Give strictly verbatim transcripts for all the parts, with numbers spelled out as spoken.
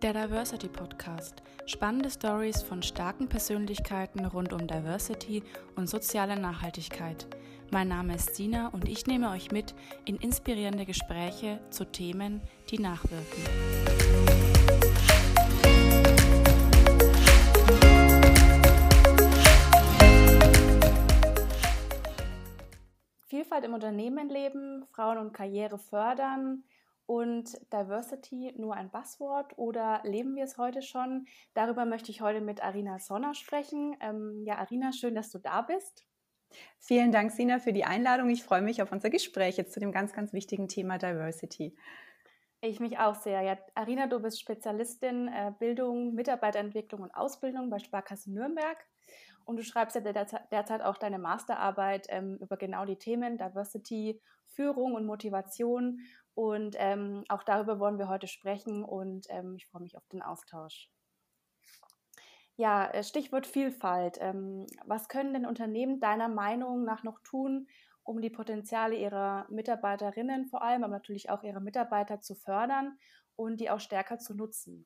Der Diversity Podcast. Spannende Stories von starken Persönlichkeiten rund um Diversity und soziale Nachhaltigkeit. Mein Name ist Sina und ich nehme euch mit in inspirierende Gespräche zu Themen, die nachwirken. Vielfalt im Unternehmen leben, Frauen- und Karriere fördern und Diversity nur ein Buzzword oder leben wir es heute schon? Darüber möchte ich heute mit Arina Sonner sprechen. Ähm, ja, Arina, schön, dass du da bist. Vielen Dank, Sina, für die Einladung. Ich freue mich auf unser Gespräch jetzt zu dem ganz, ganz wichtigen Thema Diversity. Ich mich auch sehr. Ja, Arina, du bist Spezialistin äh, Bildung, Mitarbeiterentwicklung und Ausbildung bei Sparkasse Nürnberg. Und du schreibst ja derzeit auch deine Masterarbeit ähm, über genau die Themen Diversity, Führung und Motivation. Und ähm, auch darüber wollen wir heute sprechen und ähm, ich freue mich auf den Austausch. Ja, Stichwort Vielfalt. Ähm, was können denn Unternehmen deiner Meinung nach noch tun, um die Potenziale ihrer Mitarbeiterinnen vor allem, aber natürlich auch ihrer Mitarbeiter zu fördern und die auch stärker zu nutzen?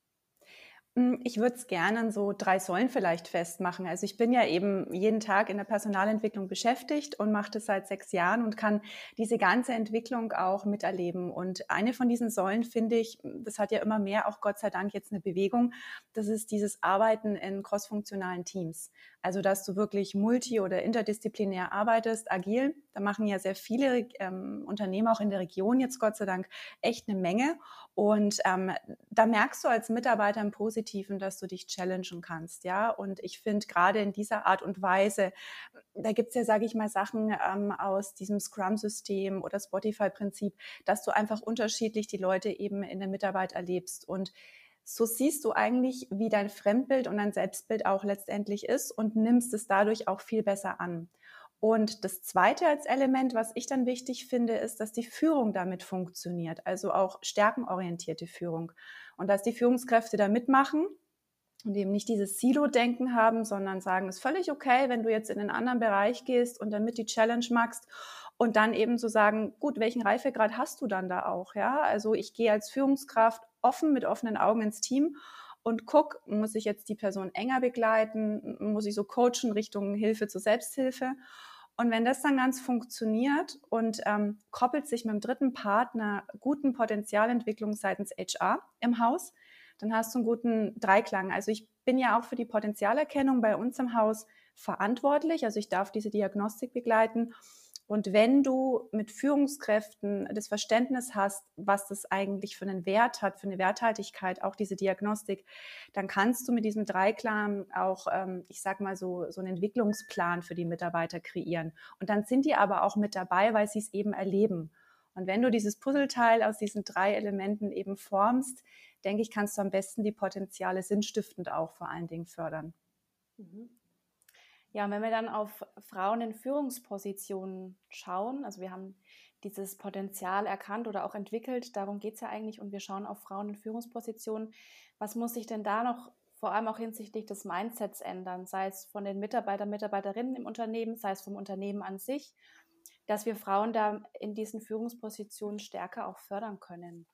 Ich würde es gerne an so drei Säulen vielleicht festmachen. Also ich bin ja eben jeden Tag in der Personalentwicklung beschäftigt und mache das seit sechs Jahren und kann diese ganze Entwicklung auch miterleben. Und eine von diesen Säulen finde ich, das hat ja immer mehr auch Gott sei Dank jetzt eine Bewegung, das ist dieses Arbeiten in crossfunktionalen Teams. Also dass du wirklich multi- oder interdisziplinär arbeitest, agil. Da machen ja sehr viele ähm, Unternehmen auch in der Region jetzt Gott sei Dank echt eine Menge. Und ähm, da merkst du als Mitarbeiter im Positiven, dass du dich challengen kannst, ja. Und ich finde gerade in dieser Art und Weise, da gibt es ja, sage ich mal, Sachen ähm, aus diesem Scrum-System oder Spotify-Prinzip, dass du einfach unterschiedlich die Leute eben in der Mitarbeit erlebst. Und so siehst du eigentlich, wie dein Fremdbild und dein Selbstbild auch letztendlich ist und nimmst es dadurch auch viel besser an. Und das Zweite als Element, was ich dann wichtig finde, ist, dass die Führung damit funktioniert, also auch stärkenorientierte Führung. Und dass die Führungskräfte da mitmachen und eben nicht dieses Silo-Denken haben, sondern sagen, es ist völlig okay, wenn du jetzt in einen anderen Bereich gehst und damit die Challenge machst und dann eben zu sagen, gut, welchen Reifegrad hast du dann da auch? Ja, also ich gehe als Führungskraft offen mit offenen Augen ins Team und guck, muss ich jetzt die Person enger begleiten, muss ich so coachen Richtung Hilfe zur Selbsthilfe? Und wenn das dann ganz funktioniert und ähm, koppelt sich mit dem dritten Partner guten Potenzialentwicklung seitens H R im Haus, dann hast du einen guten Dreiklang. Also ich bin ja auch für die Potenzialerkennung bei uns im Haus verantwortlich. Also ich darf diese Diagnostik begleiten. Und wenn du mit Führungskräften das Verständnis hast, was das eigentlich für einen Wert hat, für eine Werthaltigkeit, auch diese Diagnostik, dann kannst du mit diesem Dreiklang auch, ähm, ich sag mal so, so einen Entwicklungsplan für die Mitarbeiter kreieren. Und dann sind die aber auch mit dabei, weil sie es eben erleben. Und wenn du dieses Puzzleteil aus diesen drei Elementen eben formst, denke ich, kannst du am besten die Potenziale sinnstiftend auch vor allen Dingen fördern. Mhm. Ja, und wenn wir dann auf Frauen in Führungspositionen schauen, also wir haben dieses Potenzial erkannt oder auch entwickelt, darum geht es ja eigentlich, und wir schauen auf Frauen in Führungspositionen, was muss sich denn da noch vor allem auch hinsichtlich des Mindsets ändern, sei es von den Mitarbeitern, Mitarbeiterinnen im Unternehmen, sei es vom Unternehmen an sich, dass wir Frauen da in diesen Führungspositionen stärker auch fördern können?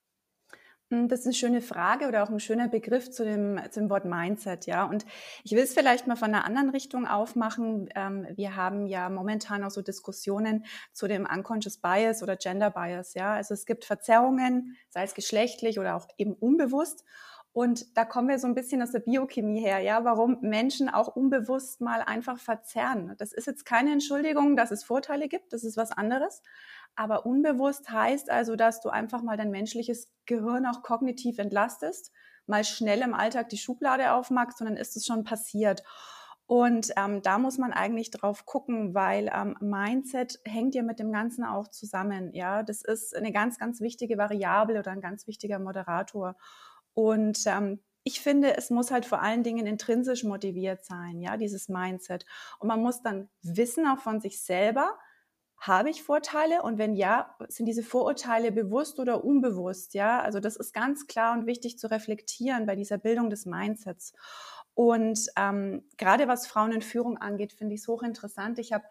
Das ist eine schöne Frage oder auch ein schöner Begriff zu dem, zu dem Wort Mindset, ja. Und ich will es vielleicht mal von einer anderen Richtung aufmachen. Ähm, wir haben ja momentan auch so Diskussionen zu dem Unconscious Bias oder Gender Bias, ja. Also es gibt Verzerrungen, sei es geschlechtlich oder auch eben unbewusst. Und da kommen wir so ein bisschen aus der Biochemie her, ja, warum Menschen auch unbewusst mal einfach verzerren. Das ist jetzt keine Entschuldigung, dass es Vorteile gibt, das ist was anderes. Aber unbewusst heißt also, dass du einfach mal dein menschliches Gehirn auch kognitiv entlastest, mal schnell im Alltag die Schublade aufmachst und dann ist es schon passiert. Und ähm, da muss man eigentlich drauf gucken, weil ähm, Mindset hängt ja mit dem Ganzen auch zusammen. Ja, das ist eine ganz, ganz wichtige Variable oder ein ganz wichtiger Moderator. Und ähm, ich finde, es muss halt vor allen Dingen intrinsisch motiviert sein, ja, dieses Mindset. Und man muss dann wissen, auch von sich selber, habe ich Vorteile? Und wenn ja, sind diese Vorurteile bewusst oder unbewusst? Ja, also das ist ganz klar und wichtig zu reflektieren bei dieser Bildung des Mindsets. Und ähm, gerade was Frauen in Führung angeht, finde ich es hochinteressant. Ich habe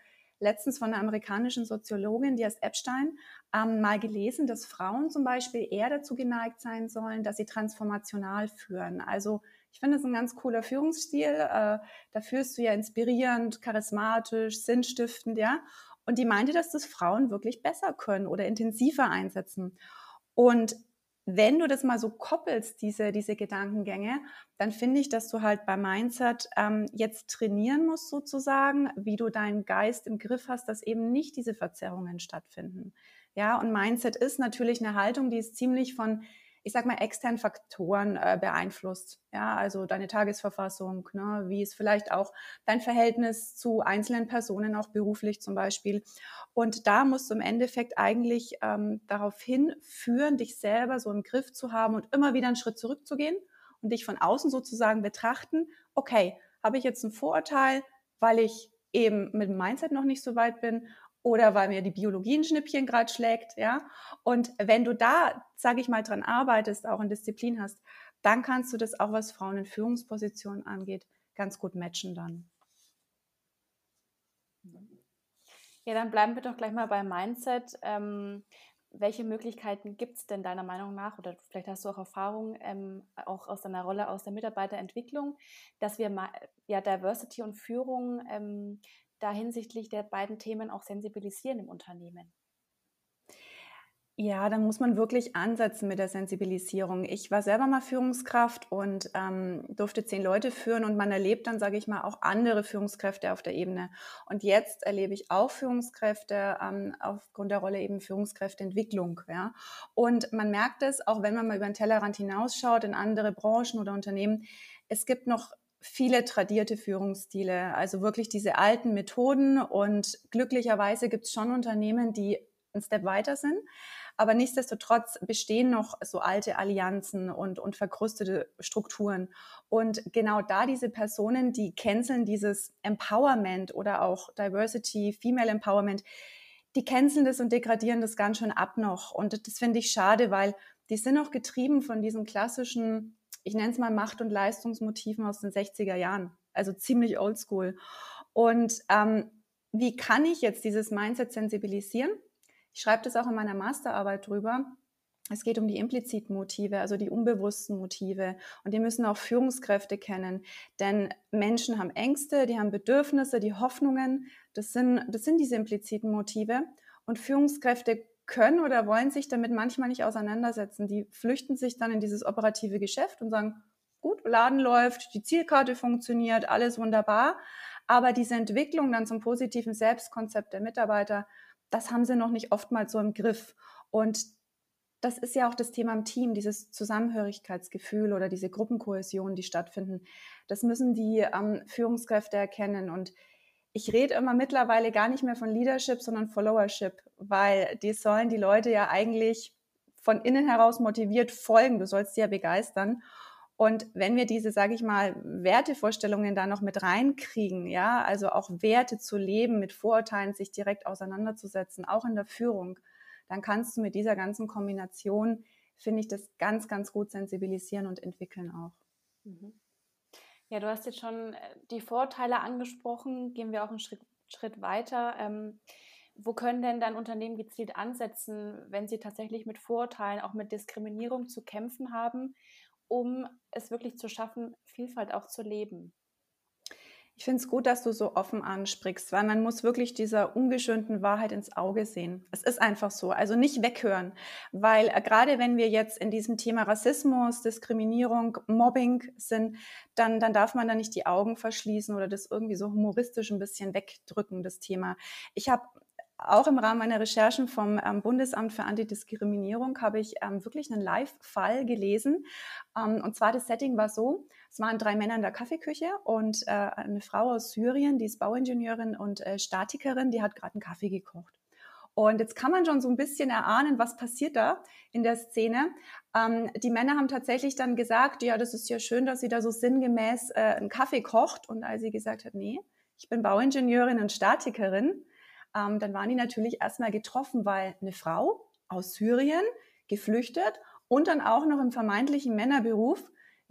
letztens von einer amerikanischen Soziologin, die heißt Epstein, ähm, mal gelesen, dass Frauen zum Beispiel eher dazu geneigt sein sollen, dass sie transformational führen. Also ich finde es ein ganz cooler Führungsstil. Äh, da führst du ja inspirierend, charismatisch, sinnstiftend, ja. Und die meinte, dass das Frauen wirklich besser können oder intensiver einsetzen. Und wenn du das mal so koppelst, diese, diese Gedankengänge, dann finde ich, dass du halt beim Mindset ähm, jetzt trainieren musst sozusagen, wie du deinen Geist im Griff hast, dass eben nicht diese Verzerrungen stattfinden. Ja, und Mindset ist natürlich eine Haltung, die ist ziemlich von, ich sag mal, externen Faktoren äh, beeinflusst. Ja, also deine Tagesverfassung, ne, wie ist vielleicht auch dein Verhältnis zu einzelnen Personen, auch beruflich zum Beispiel. Und da musst du im Endeffekt eigentlich ähm, darauf hinführen, dich selber so im Griff zu haben und immer wieder einen Schritt zurückzugehen und dich von außen sozusagen betrachten, okay, habe ich jetzt ein Vorurteil, weil ich eben mit dem Mindset noch nicht so weit bin oder weil mir die Biologie ein Schnippchen gerade schlägt, ja. Und wenn du da, sage ich mal, dran arbeitest, auch in Disziplin hast, dann kannst du das auch, was Frauen in Führungspositionen angeht, ganz gut matchen dann. Ja, dann bleiben wir doch gleich mal beim Mindset. Ähm, welche Möglichkeiten gibt es denn deiner Meinung nach, oder vielleicht hast du auch Erfahrung, ähm, auch aus deiner Rolle aus der Mitarbeiterentwicklung, dass wir ma- ja, Diversity und Führung ähm, da hinsichtlich der beiden Themen auch sensibilisieren im Unternehmen? Ja, da muss man wirklich ansetzen mit der Sensibilisierung. Ich war selber mal Führungskraft und ähm, durfte zehn Leute führen und man erlebt dann, sage ich mal, auch andere Führungskräfte auf der Ebene. Und jetzt erlebe ich auch Führungskräfte ähm, aufgrund der Rolle eben Führungskräfteentwicklung. Ja? Und man merkt es, auch wenn man mal über den Tellerrand hinausschaut in andere Branchen oder Unternehmen, es gibt noch viele tradierte Führungsstile, also wirklich diese alten Methoden, und glücklicherweise gibt es schon Unternehmen, die einen Step weiter sind. Aber nichtsdestotrotz bestehen noch so alte Allianzen und, und verkrustete Strukturen. Und genau da diese Personen, die canceln dieses Empowerment oder auch Diversity, Female Empowerment, die canceln das und degradieren das ganz schön ab noch. Und das finde ich schade, weil die sind auch getrieben von diesen klassischen, ich nenne es mal Macht- und Leistungsmotiven aus den sechziger Jahren. Also ziemlich oldschool. Und ähm, wie kann ich jetzt dieses Mindset sensibilisieren? Ich schreibe das auch in meiner Masterarbeit drüber. Es geht um die impliziten Motive, also die unbewussten Motive. Und die müssen auch Führungskräfte kennen. Denn Menschen haben Ängste, die haben Bedürfnisse, die Hoffnungen. Das sind, das sind diese impliziten Motive. Und Führungskräfte können oder wollen sich damit manchmal nicht auseinandersetzen. Die flüchten sich dann in dieses operative Geschäft und sagen, gut, Laden läuft, die Zielkarte funktioniert, alles wunderbar. Aber diese Entwicklung dann zum positiven Selbstkonzept der Mitarbeiter, das haben sie noch nicht oftmals so im Griff. Und das ist ja auch das Thema im Team, dieses Zusammenhörigkeitsgefühl oder diese Gruppenkohäsion, die stattfinden. Das müssen die ähm, Führungskräfte erkennen. Und ich rede immer mittlerweile gar nicht mehr von Leadership, sondern Followership, weil die sollen die Leute ja eigentlich von innen heraus motiviert folgen. Du sollst sie ja begeistern. Und wenn wir diese, sage ich mal, Wertevorstellungen da noch mit reinkriegen, ja, also auch Werte zu leben, mit Vorurteilen sich direkt auseinanderzusetzen, auch in der Führung, dann kannst du mit dieser ganzen Kombination, finde ich, das ganz, ganz gut sensibilisieren und entwickeln auch. Mhm. Ja, du hast jetzt schon äh, die Vorteile angesprochen. Gehen wir auch einen Schritt, Schritt weiter. Ähm, wo können denn dann Unternehmen gezielt ansetzen, wenn sie tatsächlich mit Vorurteilen, auch mit Diskriminierung zu kämpfen haben, um es wirklich zu schaffen, Vielfalt auch zu leben? Ich finde es gut, dass du so offen ansprichst, weil man muss wirklich dieser ungeschönten Wahrheit ins Auge sehen. Es ist einfach so. Also nicht weghören, weil äh, gerade wenn wir jetzt in diesem Thema Rassismus, Diskriminierung, Mobbing sind, dann, dann darf man da nicht die Augen verschließen oder das irgendwie so humoristisch ein bisschen wegdrücken, das Thema. Ich habe auch im Rahmen meiner Recherchen vom ähm, Bundesamt für Antidiskriminierung habe ich ähm, wirklich einen Live-Fall gelesen. Ähm, und zwar das Setting war so, es waren drei Männer in der Kaffeeküche und äh, eine Frau aus Syrien, die ist Bauingenieurin und äh, Statikerin, die hat gerade einen Kaffee gekocht. Und jetzt kann man schon so ein bisschen erahnen, was passiert da in der Szene. Ähm, die Männer haben tatsächlich dann gesagt, ja, das ist ja schön, dass sie da so sinngemäß äh, einen Kaffee kocht. Und als sie gesagt hat, nee, ich bin Bauingenieurin und Statikerin, ähm, dann waren die natürlich erstmal getroffen, weil eine Frau aus Syrien geflüchtet und dann auch noch im vermeintlichen Männerberuf,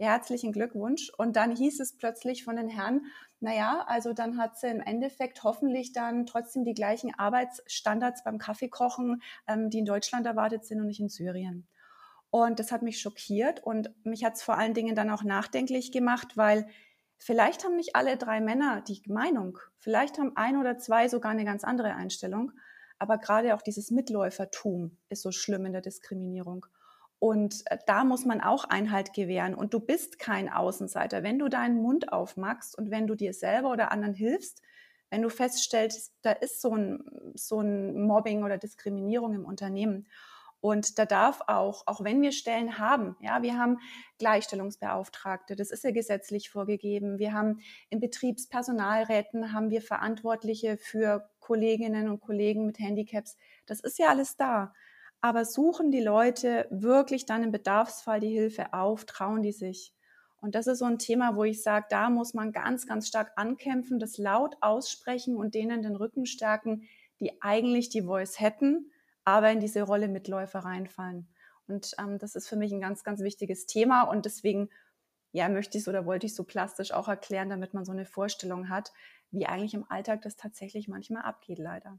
herzlichen Glückwunsch. Und dann hieß es plötzlich von den Herren, naja, also dann hat sie im Endeffekt hoffentlich dann trotzdem die gleichen Arbeitsstandards beim Kaffeekochen, ähm, die in Deutschland erwartet sind und nicht in Syrien. Und das hat mich schockiert und mich hat es vor allen Dingen dann auch nachdenklich gemacht, weil vielleicht haben nicht alle drei Männer die Meinung, vielleicht haben ein oder zwei sogar eine ganz andere Einstellung, aber gerade auch dieses Mitläufertum ist so schlimm in der Diskriminierung. Und äh, da muss man auch Einhalt gewähren. Und du bist kein Außenseiter. Wenn du deinen Mund aufmachst und wenn du dir selber oder anderen hilfst, wenn du feststellst, da ist so ein, so ein Mobbing oder Diskriminierung im Unternehmen. Und da darf auch, auch wenn wir Stellen haben, ja, wir haben Gleichstellungsbeauftragte, das ist ja gesetzlich vorgegeben. Wir haben in Betriebspersonalräten haben wir Verantwortliche für Kolleginnen und Kollegen mit Handicaps. Das ist ja alles da. Aber suchen die Leute wirklich dann im Bedarfsfall die Hilfe auf, trauen die sich? Und das ist so ein Thema, wo ich sage, da muss man ganz, ganz stark ankämpfen, das laut aussprechen und denen den Rücken stärken, die eigentlich die Voice hätten, aber in diese Rolle Mitläufer reinfallen. Und ähm, das ist für mich ein ganz, ganz wichtiges Thema. Und deswegen ja, möchte ich es oder wollte ich es so plastisch auch erklären, damit man so eine Vorstellung hat, wie eigentlich im Alltag das tatsächlich manchmal abgeht, leider.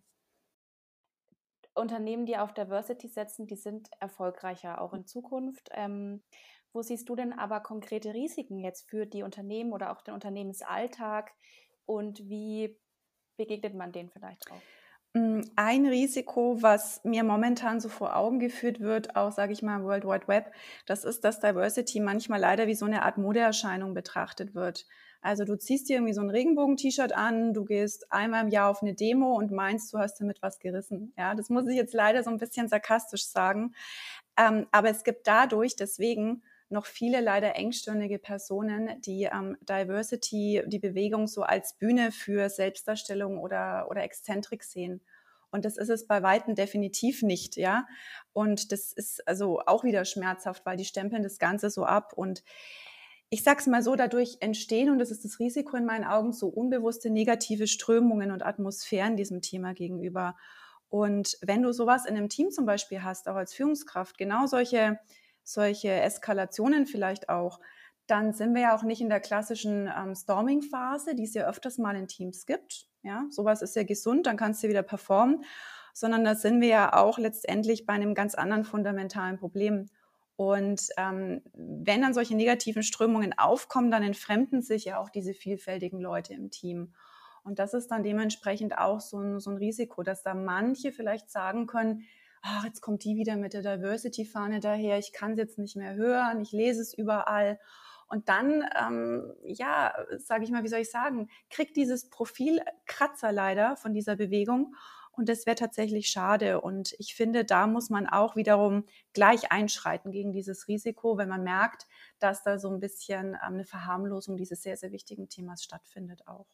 Unternehmen, die auf Diversity setzen, die sind erfolgreicher auch in Zukunft. Ähm, wo siehst du denn aber konkrete Risiken jetzt für die Unternehmen oder auch den Unternehmensalltag und wie begegnet man denen vielleicht auch? Ein Risiko, was mir momentan so vor Augen geführt wird, auch sage ich mal im World Wide Web, das ist, dass Diversity manchmal leider wie so eine Art Modeerscheinung betrachtet wird. Also du ziehst dir irgendwie so ein Regenbogen-T-Shirt an, du gehst einmal im Jahr auf eine Demo und meinst, du hast damit was gerissen. Ja, das muss ich jetzt leider so ein bisschen sarkastisch sagen. Ähm, aber es gibt dadurch deswegen noch viele leider engstirnige Personen, die ähm, Diversity, die Bewegung so als Bühne für Selbstdarstellung oder, oder Exzentrik sehen. Und das ist es bei Weitem definitiv nicht, ja. Und das ist also auch wieder schmerzhaft, weil die stempeln das Ganze so ab. Und ich sag's mal so, dadurch entstehen, und das ist das Risiko in meinen Augen, so unbewusste negative Strömungen und Atmosphären diesem Thema gegenüber. Und wenn du sowas in einem Team zum Beispiel hast, auch als Führungskraft, genau solche, solche Eskalationen vielleicht auch, dann sind wir ja auch nicht in der klassischen ähm, Storming-Phase, die es ja öfters mal in Teams gibt. Ja, sowas ist ja gesund, dann kannst du wieder performen, sondern da sind wir ja auch letztendlich bei einem ganz anderen fundamentalen Problem. Und ähm, wenn dann solche negativen Strömungen aufkommen, dann entfremden sich ja auch diese vielfältigen Leute im Team. Und das ist dann dementsprechend auch so ein, so ein Risiko, dass da manche vielleicht sagen können, ach, jetzt kommt die wieder mit der Diversity-Fahne daher, ich kann es jetzt nicht mehr hören, ich lese es überall. Und dann, ähm, ja, sage ich mal, wie soll ich sagen, kriegt dieses Profil Kratzer leider von dieser Bewegung. Und das wäre tatsächlich schade. Und ich finde, da muss man auch wiederum gleich einschreiten gegen dieses Risiko, wenn man merkt, dass da so ein bisschen ähm, eine Verharmlosung dieses sehr, sehr wichtigen Themas stattfindet auch.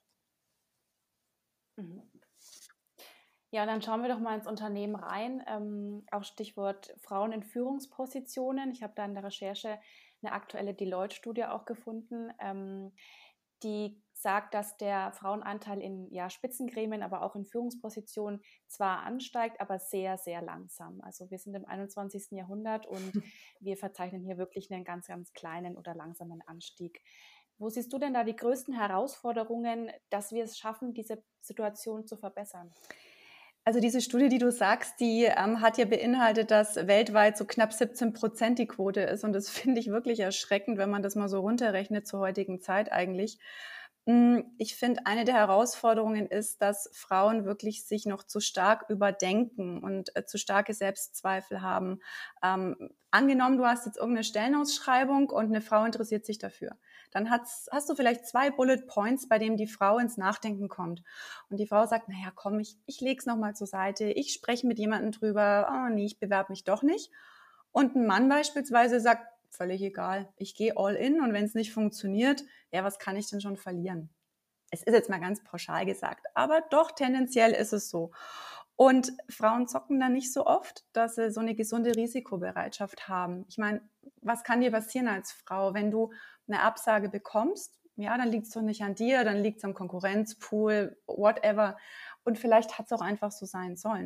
Mhm. Ja, dann schauen wir doch mal ins Unternehmen rein. Ähm, auch Stichwort Frauen in Führungspositionen. Ich habe da in der Recherche eine aktuelle Deloitte-Studie auch gefunden, ähm, die sagt, dass der Frauenanteil in ja, Spitzengremien, aber auch in Führungspositionen zwar ansteigt, aber sehr, sehr langsam. Also wir sind im einundzwanzigsten Jahrhundert und wir verzeichnen hier wirklich einen ganz, ganz kleinen oder langsamen Anstieg. Wo siehst du denn da die größten Herausforderungen, dass wir es schaffen, diese Situation zu verbessern? Also diese Studie, die du sagst, die ähm, hat ja beinhaltet, dass weltweit so knapp siebzehn Prozent die Quote ist. Und das finde ich wirklich erschreckend, wenn man das mal so runterrechnet zur heutigen Zeit eigentlich. Ich finde, eine der Herausforderungen ist, dass Frauen wirklich sich noch zu stark überdenken und äh, zu starke Selbstzweifel haben. Ähm, angenommen, du hast jetzt irgendeine Stellenausschreibung und eine Frau interessiert sich dafür. Dann hast, hast du vielleicht zwei Bullet Points, bei denen die Frau ins Nachdenken kommt. Und die Frau sagt, naja, komm, ich, ich lege es nochmal zur Seite, ich spreche mit jemandem drüber, oh nee, ich bewerbe mich doch nicht. Und ein Mann beispielsweise sagt, völlig egal, ich gehe all in und wenn es nicht funktioniert, ja, was kann ich denn schon verlieren? Es ist jetzt mal ganz pauschal gesagt, aber doch tendenziell ist es so. Und Frauen zocken dann nicht so oft, dass sie so eine gesunde Risikobereitschaft haben. Ich meine, was kann dir passieren als Frau, wenn du eine Absage bekommst? Ja, dann liegt es doch nicht an dir, dann liegt es am Konkurrenzpool, whatever. Und vielleicht hat es auch einfach so sein sollen.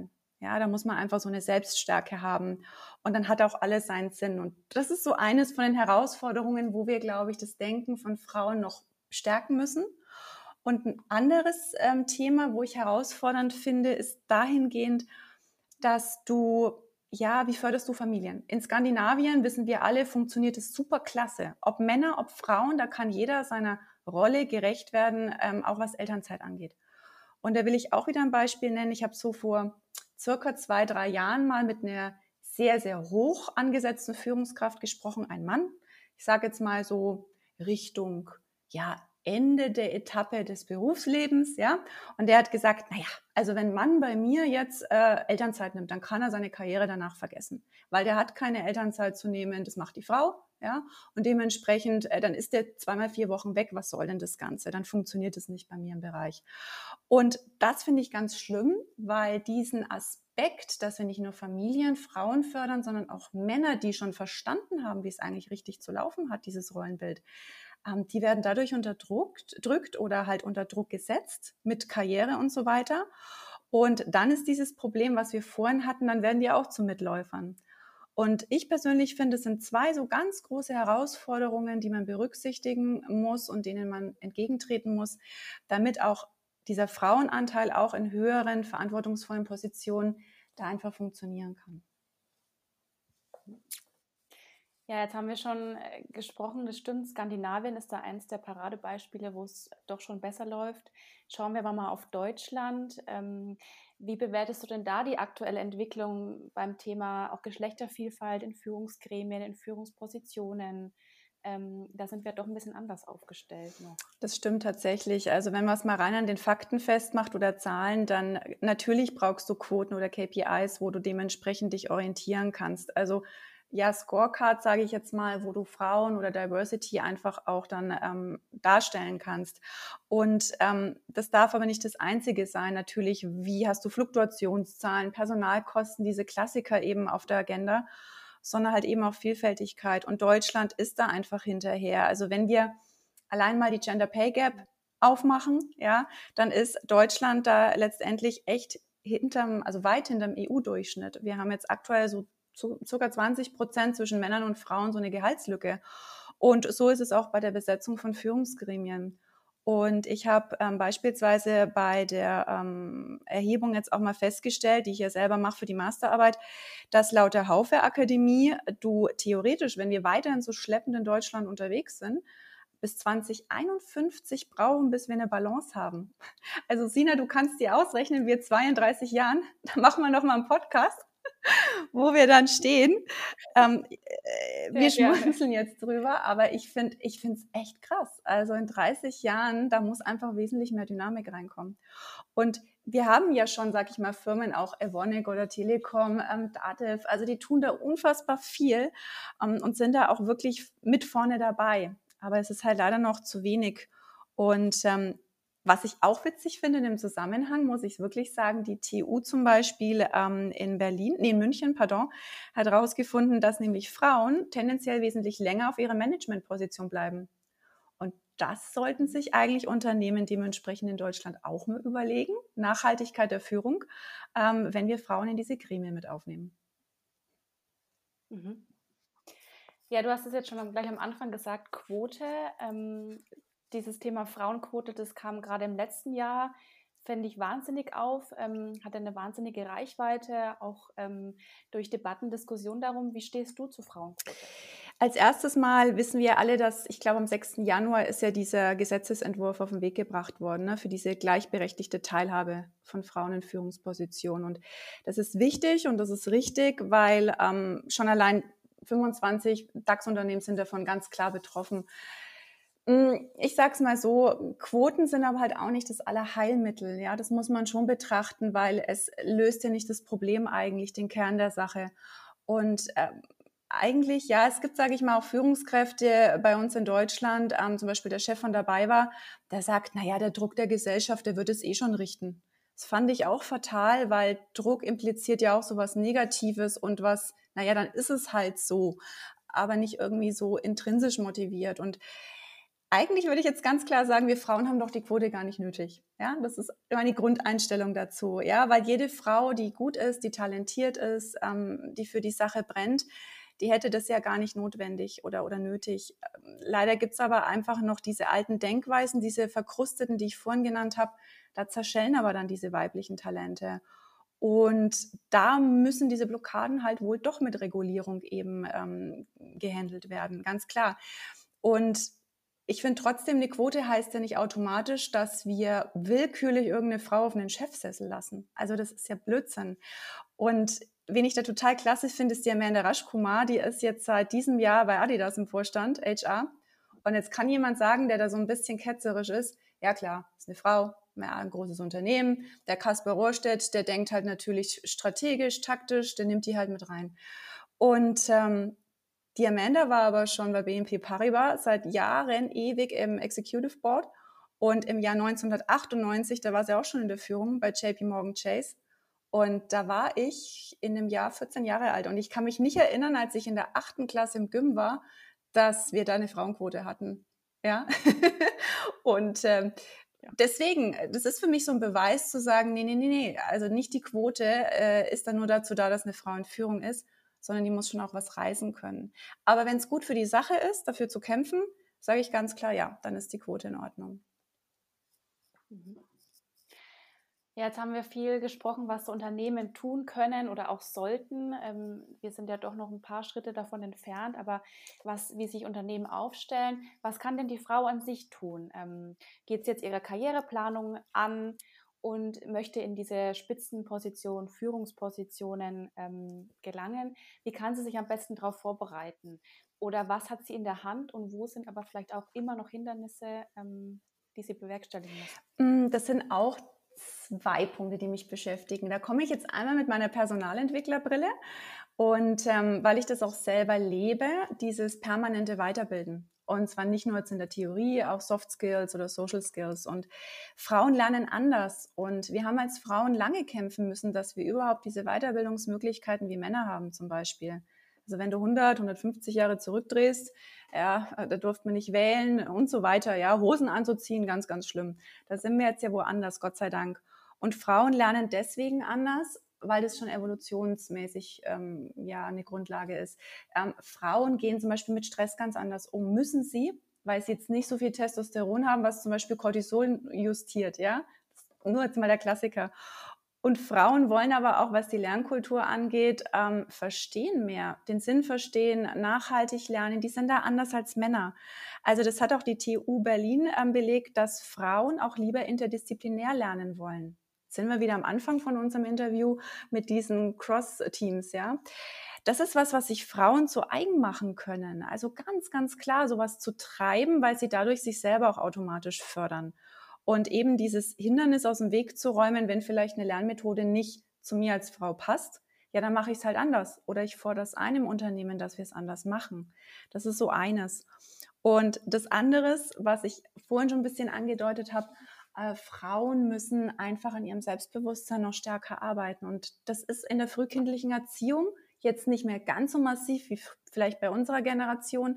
Ja, da muss man einfach so eine Selbststärke haben. Und dann hat auch alles seinen Sinn. Und das ist so eines von den Herausforderungen, wo wir, glaube ich, das Denken von Frauen noch stärken müssen. Und ein anderes ähm, Thema, wo ich herausfordernd finde, ist dahingehend, dass du, ja, wie förderst du Familien? In Skandinavien, wissen wir alle, funktioniert es super klasse. Ob Männer, ob Frauen, da kann jeder seiner Rolle gerecht werden, ähm, auch was Elternzeit angeht. Und da will ich auch wieder ein Beispiel nennen. Ich habe so vor circa zwei, drei Jahren mal mit einer sehr, sehr hoch angesetzten Führungskraft gesprochen, ein Mann. Ich sage jetzt mal so Richtung, ja, Ende der Etappe des Berufslebens, ja. Und der hat gesagt, naja, also wenn ein Mann bei mir jetzt äh, Elternzeit nimmt, dann kann er seine Karriere danach vergessen, weil der hat keine Elternzeit zu nehmen, das macht die Frau, ja. Und dementsprechend, äh, dann ist der zweimal vier Wochen weg, was soll denn das Ganze? Dann funktioniert es nicht bei mir im Bereich. Und das finde ich ganz schlimm, weil diesen Aspekt, dass wir nicht nur Familien, Frauen fördern, sondern auch Männer, die schon verstanden haben, wie es eigentlich richtig zu laufen hat, dieses Rollenbild, ähm, die werden dadurch unterdrückt drückt oder halt unter Druck gesetzt mit Karriere und so weiter. Und dann ist dieses Problem, was wir vorhin hatten, dann werden die auch zu Mitläufern. Und ich persönlich finde, es sind zwei so ganz große Herausforderungen, die man berücksichtigen muss und denen man entgegentreten muss, damit auch dieser Frauenanteil auch in höheren, verantwortungsvollen Positionen da einfach funktionieren kann. Ja, jetzt haben wir schon äh, gesprochen, das stimmt, Skandinavien ist da eins der Paradebeispiele, wo es doch schon besser läuft. Schauen wir aber mal auf Deutschland. Ähm, wie bewertest du denn da die aktuelle Entwicklung beim Thema auch Geschlechtervielfalt in Führungsgremien, in Führungspositionen? Ähm, da sind wir doch ein bisschen anders aufgestellt noch. Das stimmt tatsächlich. Also wenn man es mal rein an den Fakten festmacht oder Zahlen, dann natürlich brauchst du Quoten oder K P Is, wo du dementsprechend dich orientieren kannst. Also ja, Scorecard, sage ich jetzt mal, wo du Frauen oder Diversity einfach auch dann ähm, darstellen kannst. Und ähm, das darf aber nicht das Einzige sein. Natürlich, wie hast du Fluktuationszahlen, Personalkosten, diese Klassiker eben auf der Agenda, sondern halt eben auch Vielfältigkeit. Und Deutschland ist da einfach hinterher. Also wenn wir allein mal die Gender Pay Gap aufmachen, ja, dann ist Deutschland da letztendlich echt hinterm, also weit hinterm E U-Durchschnitt. Wir haben jetzt aktuell so zu, circa zwanzig Prozent zwischen Männern und Frauen so eine Gehaltslücke. Und so ist es auch bei der Besetzung von Führungsgremien. Und ich habe ähm, beispielsweise bei der ähm, Erhebung jetzt auch mal festgestellt, die ich ja selber mache für die Masterarbeit, dass laut der Haufe Akademie du theoretisch, wenn wir weiterhin so schleppend in Deutschland unterwegs sind, bis zwanzig einundfünfzig brauchen, bis wir eine Balance haben. Also Sina, du kannst dir ausrechnen, wir zweiunddreißig Jahren, da machen wir noch mal einen Podcast, wo wir dann stehen. Ähm, äh, wir schmunzeln jetzt drüber, aber ich finde ich finde es echt krass. Also in dreißig Jahren, da muss einfach wesentlich mehr Dynamik reinkommen. Und wir haben ja schon, sag ich mal, Firmen, auch Evonik oder Telekom, ähm, Datev, also die tun da unfassbar viel ähm, und sind da auch wirklich mit vorne dabei. Aber es ist halt leider noch zu wenig. Und ähm, was ich auch witzig finde in dem Zusammenhang, muss ich wirklich sagen, die T U zum Beispiel ähm, in Berlin, nee, in München, pardon, hat herausgefunden, dass nämlich Frauen tendenziell wesentlich länger auf ihrer Managementposition bleiben. Und das sollten sich eigentlich Unternehmen dementsprechend in Deutschland auch mal überlegen. Nachhaltigkeit der Führung, ähm, wenn wir Frauen in diese Gremien mit aufnehmen. Mhm. Ja, du hast es jetzt schon gleich am Anfang gesagt, Quote. Ähm, dieses Thema Frauenquote, das kam gerade im letzten Jahr, fände ich wahnsinnig auf, ähm, hatte eine wahnsinnige Reichweite, auch ähm, durch Debatten, Diskussionen darum. Wie stehst du zu Frauenquote? Als erstes Mal wissen wir alle, dass, ich glaube, am sechsten Januar ist ja dieser Gesetzesentwurf auf den Weg gebracht worden, ne, für diese gleichberechtigte Teilhabe von Frauen in Führungspositionen. Und das ist wichtig und das ist richtig, weil ähm, schon allein fünfundzwanzig DAX-Unternehmen sind davon ganz klar betroffen. Ich sag's mal so, Quoten sind aber halt auch nicht das Allerheilmittel. Ja, das muss man schon betrachten, weil es löst ja nicht das Problem eigentlich, den Kern der Sache. Und äh, eigentlich, ja, es gibt, sage ich mal, auch Führungskräfte bei uns in Deutschland, ähm, zum Beispiel der Chef von dabei war, der sagt, naja, der Druck der Gesellschaft, der wird es eh schon richten. Das fand ich auch fatal, weil Druck impliziert ja auch so was Negatives und was, naja, dann ist es halt so, aber nicht irgendwie so intrinsisch motiviert. Und eigentlich würde ich jetzt ganz klar sagen, wir Frauen haben doch die Quote gar nicht nötig. Ja, das ist meine Grundeinstellung dazu. Ja, weil jede Frau, die gut ist, die talentiert ist, ähm, die für die Sache brennt, die hätte das ja gar nicht notwendig oder, oder nötig. Ähm, Leider gibt es aber einfach noch diese alten Denkweisen, diese verkrusteten, die ich vorhin genannt habe. Da zerschellen aber dann diese weiblichen Talente. Und da müssen diese Blockaden halt wohl doch mit Regulierung eben ähm, gehandelt werden, ganz klar. Und ich finde trotzdem, eine Quote heißt ja nicht automatisch, dass wir willkürlich irgendeine Frau auf einen Chefsessel lassen. Also das ist ja Blödsinn. Und wen ich da total klasse finde, ist die Amanda Rajkumar. Die ist jetzt seit diesem Jahr bei Adidas im Vorstand, H R. Und jetzt kann jemand sagen, der da so ein bisschen ketzerisch ist, ja klar, ist eine Frau, ja, ein großes Unternehmen. Der Kasper Rohrstedt, der denkt halt natürlich strategisch, taktisch, der nimmt die halt mit rein. Und ähm, die Amanda war aber schon bei B N P Paribas seit Jahren ewig im Executive Board. Und im Jahr neunzehnhundertachtundneunzig, da war sie auch schon in der Führung bei J P Morgan Chase. Und da war ich in dem Jahr vierzehn Jahre alt. Und ich kann mich nicht erinnern, als ich in der achten Klasse im Gym war, dass wir da eine Frauenquote hatten. Ja. Und ähm, Ja. deswegen, das ist für mich so ein Beweis zu sagen, nee, nee, nee, nee, also nicht die Quote äh, ist dann nur dazu da, dass eine Frau in Führung ist, sondern die muss schon auch was reißen können. Aber wenn es gut für die Sache ist, dafür zu kämpfen, sage ich ganz klar, ja, dann ist die Quote in Ordnung. Mhm. Ja, jetzt haben wir viel gesprochen, was so Unternehmen tun können oder auch sollten. Ähm, wir sind ja doch noch ein paar Schritte davon entfernt, aber was, wie sich Unternehmen aufstellen, was kann denn die Frau an sich tun? Ähm, geht es jetzt ihre Karriereplanung an und möchte in diese Spitzenposition, Führungspositionen ähm, gelangen? Wie kann sie sich am besten darauf vorbereiten? Oder was hat sie in der Hand und wo sind aber vielleicht auch immer noch Hindernisse, ähm, die sie bewerkstelligen muss? Mm, Das sind auch zwei Punkte, die mich beschäftigen. Da komme ich jetzt einmal mit meiner Personalentwicklerbrille und ähm, weil ich das auch selber lebe, dieses permanente Weiterbilden. Und zwar nicht nur jetzt in der Theorie, auch Soft Skills oder Social Skills. Und Frauen lernen anders. Und wir haben als Frauen lange kämpfen müssen, dass wir überhaupt diese Weiterbildungsmöglichkeiten wie Männer haben zum Beispiel. Also wenn du hundert, hundertfünfzig Jahre zurückdrehst, ja, da durfte man nicht wählen und so weiter. Ja, Hosen anzuziehen, ganz, ganz schlimm. Da sind wir jetzt ja woanders, Gott sei Dank. Und Frauen lernen deswegen anders, weil das schon evolutionsmäßig ähm, ja eine Grundlage ist. Ähm, Frauen gehen zum Beispiel mit Stress ganz anders um. Müssen sie, weil sie jetzt nicht so viel Testosteron haben, was zum Beispiel Cortisol justiert, ja? Nur jetzt mal der Klassiker. Und Frauen wollen aber auch, was die Lernkultur angeht, ähm, verstehen mehr, den Sinn verstehen, nachhaltig lernen. Die sind da anders als Männer. Also das hat auch die T U Berlin ähm, belegt, dass Frauen auch lieber interdisziplinär lernen wollen. Jetzt sind wir wieder am Anfang von unserem Interview mit diesen Cross-Teams, ja. Das ist was, was sich Frauen zu eigen machen können. Also ganz, ganz klar, sowas zu treiben, weil sie dadurch sich selber auch automatisch fördern. Und eben dieses Hindernis aus dem Weg zu räumen, wenn vielleicht eine Lernmethode nicht zu mir als Frau passt, ja, dann mache ich es halt anders. Oder ich fordere es ein im Unternehmen, dass wir es anders machen. Das ist so eines. Und das andere, was ich vorhin schon ein bisschen angedeutet habe, äh, Frauen müssen einfach an ihrem Selbstbewusstsein noch stärker arbeiten. Und das ist in der frühkindlichen Erziehung jetzt nicht mehr ganz so massiv wie vielleicht bei unserer Generation,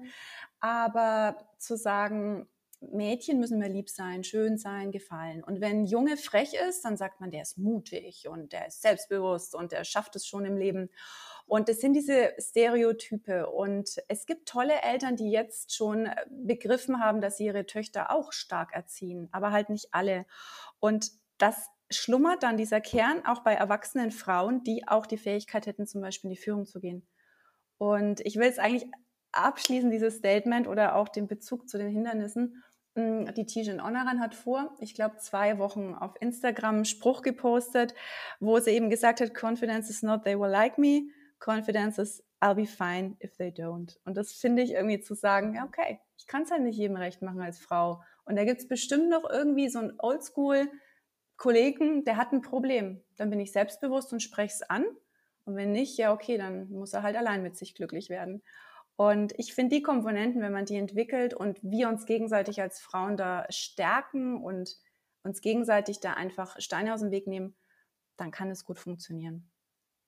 aber zu sagen, Mädchen müssen mehr lieb sein, schön sein, gefallen. Und wenn ein Junge frech ist, dann sagt man, der ist mutig und der ist selbstbewusst und der schafft es schon im Leben. Und das sind diese Stereotype. Und es gibt tolle Eltern, die jetzt schon begriffen haben, dass sie ihre Töchter auch stark erziehen, aber halt nicht alle. Und das schlummert dann dieser Kern auch bei erwachsenen Frauen, die auch die Fähigkeit hätten, zum Beispiel in die Führung zu gehen. Und ich will es eigentlich abschließen, dieses Statement oder auch den Bezug zu den Hindernissen. Die Tijen Onaran hat vor, ich glaube, zwei Wochen auf Instagram einen Spruch gepostet, wo sie eben gesagt hat, Confidence is not they will like me, Confidence is I'll be fine if they don't. Und das finde ich irgendwie zu sagen, ja okay, ich kann es halt nicht jedem recht machen als Frau. Und da gibt es bestimmt noch irgendwie so einen Oldschool-Kollegen, der hat ein Problem. Dann bin ich selbstbewusst und spreche es an. Und wenn nicht, ja okay, dann muss er halt allein mit sich glücklich werden. Und ich finde die Komponenten, wenn man die entwickelt und wir uns gegenseitig als Frauen da stärken und uns gegenseitig da einfach Steine aus dem Weg nehmen, dann kann es gut funktionieren.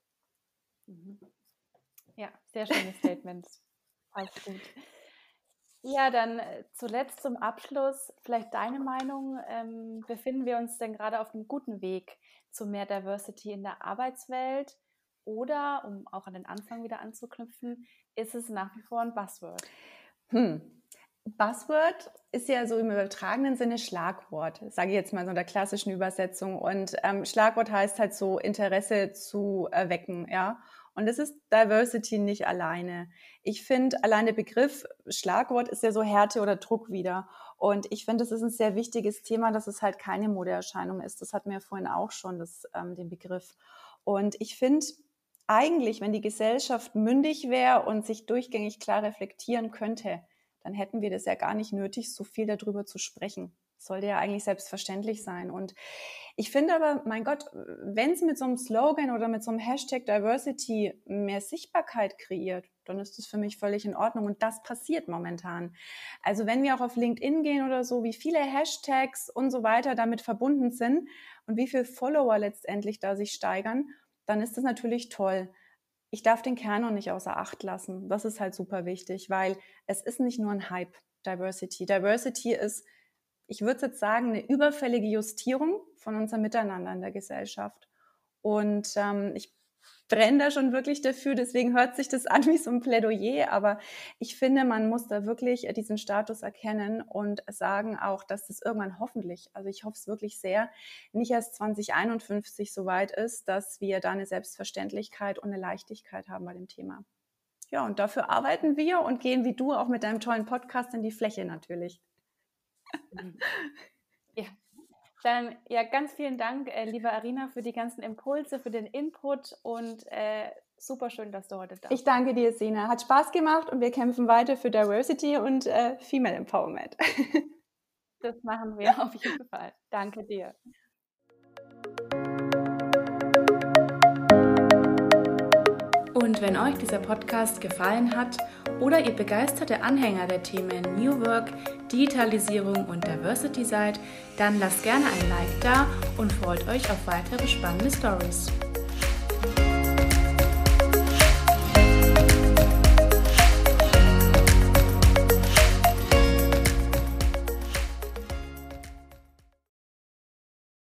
Mhm. Ja, sehr schönes Statement. Passt gut. Ja, dann äh, zuletzt zum Abschluss vielleicht deine Meinung. Ähm, befinden wir uns denn gerade auf einem guten Weg zu mehr Diversity in der Arbeitswelt? Oder, um auch an den Anfang wieder anzuknüpfen, ist es nach wie vor ein Buzzword? Hm. Buzzword ist ja so im übertragenen Sinne Schlagwort, sage ich jetzt mal so in der klassischen Übersetzung. Und ähm, Schlagwort heißt halt so Interesse zu erwecken, ja. Und das ist Diversity nicht alleine. Ich finde, allein der Begriff Schlagwort ist ja so Härte oder Druck wieder. Und ich finde, es ist ein sehr wichtiges Thema, dass es halt keine Modeerscheinung ist. Das hatten wir vorhin auch schon, das, ähm, den Begriff. Und ich finde, eigentlich, wenn die Gesellschaft mündig wäre und sich durchgängig klar reflektieren könnte, dann hätten wir das ja gar nicht nötig, so viel darüber zu sprechen. Das sollte ja eigentlich selbstverständlich sein. Und ich finde aber, mein Gott, wenn es mit so einem Slogan oder mit so einem Hashtag Diversity mehr Sichtbarkeit kreiert, dann ist das für mich völlig in Ordnung. Und das passiert momentan. Also wenn wir auch auf LinkedIn gehen oder so, wie viele Hashtags und so weiter damit verbunden sind und wie viele Follower letztendlich da sich steigern, dann ist das natürlich toll. Ich darf den Kern noch nicht außer Acht lassen. Das ist halt super wichtig, weil es ist nicht nur ein Hype, Diversity. Diversity ist, ich würde jetzt sagen, eine überfällige Justierung von unserem Miteinander in der Gesellschaft. Und ähm, ich brenne da schon wirklich dafür, deswegen hört sich das an wie so ein Plädoyer, aber ich finde, man muss da wirklich diesen Status erkennen und sagen auch, dass das irgendwann hoffentlich, also ich hoffe es wirklich sehr, nicht erst zwanzig einundfünfzig so weit ist, dass wir da eine Selbstverständlichkeit und eine Leichtigkeit haben bei dem Thema. Ja, und dafür arbeiten wir und gehen wie du auch mit deinem tollen Podcast in die Fläche natürlich. Ja. Dann ja, ganz vielen Dank, äh, liebe Arina, für die ganzen Impulse, für den Input und äh, super schön, dass du heute da bist. Ich danke dir, Sina. Hat Spaß gemacht und wir kämpfen weiter für Diversity und äh, Female Empowerment. Das machen wir auf jeden Fall. Danke dir. Und wenn euch dieser Podcast gefallen hat oder ihr begeisterte Anhänger der Themen New Work, Digitalisierung und Diversity seid, dann lasst gerne ein Like da und freut euch auf weitere spannende Stories.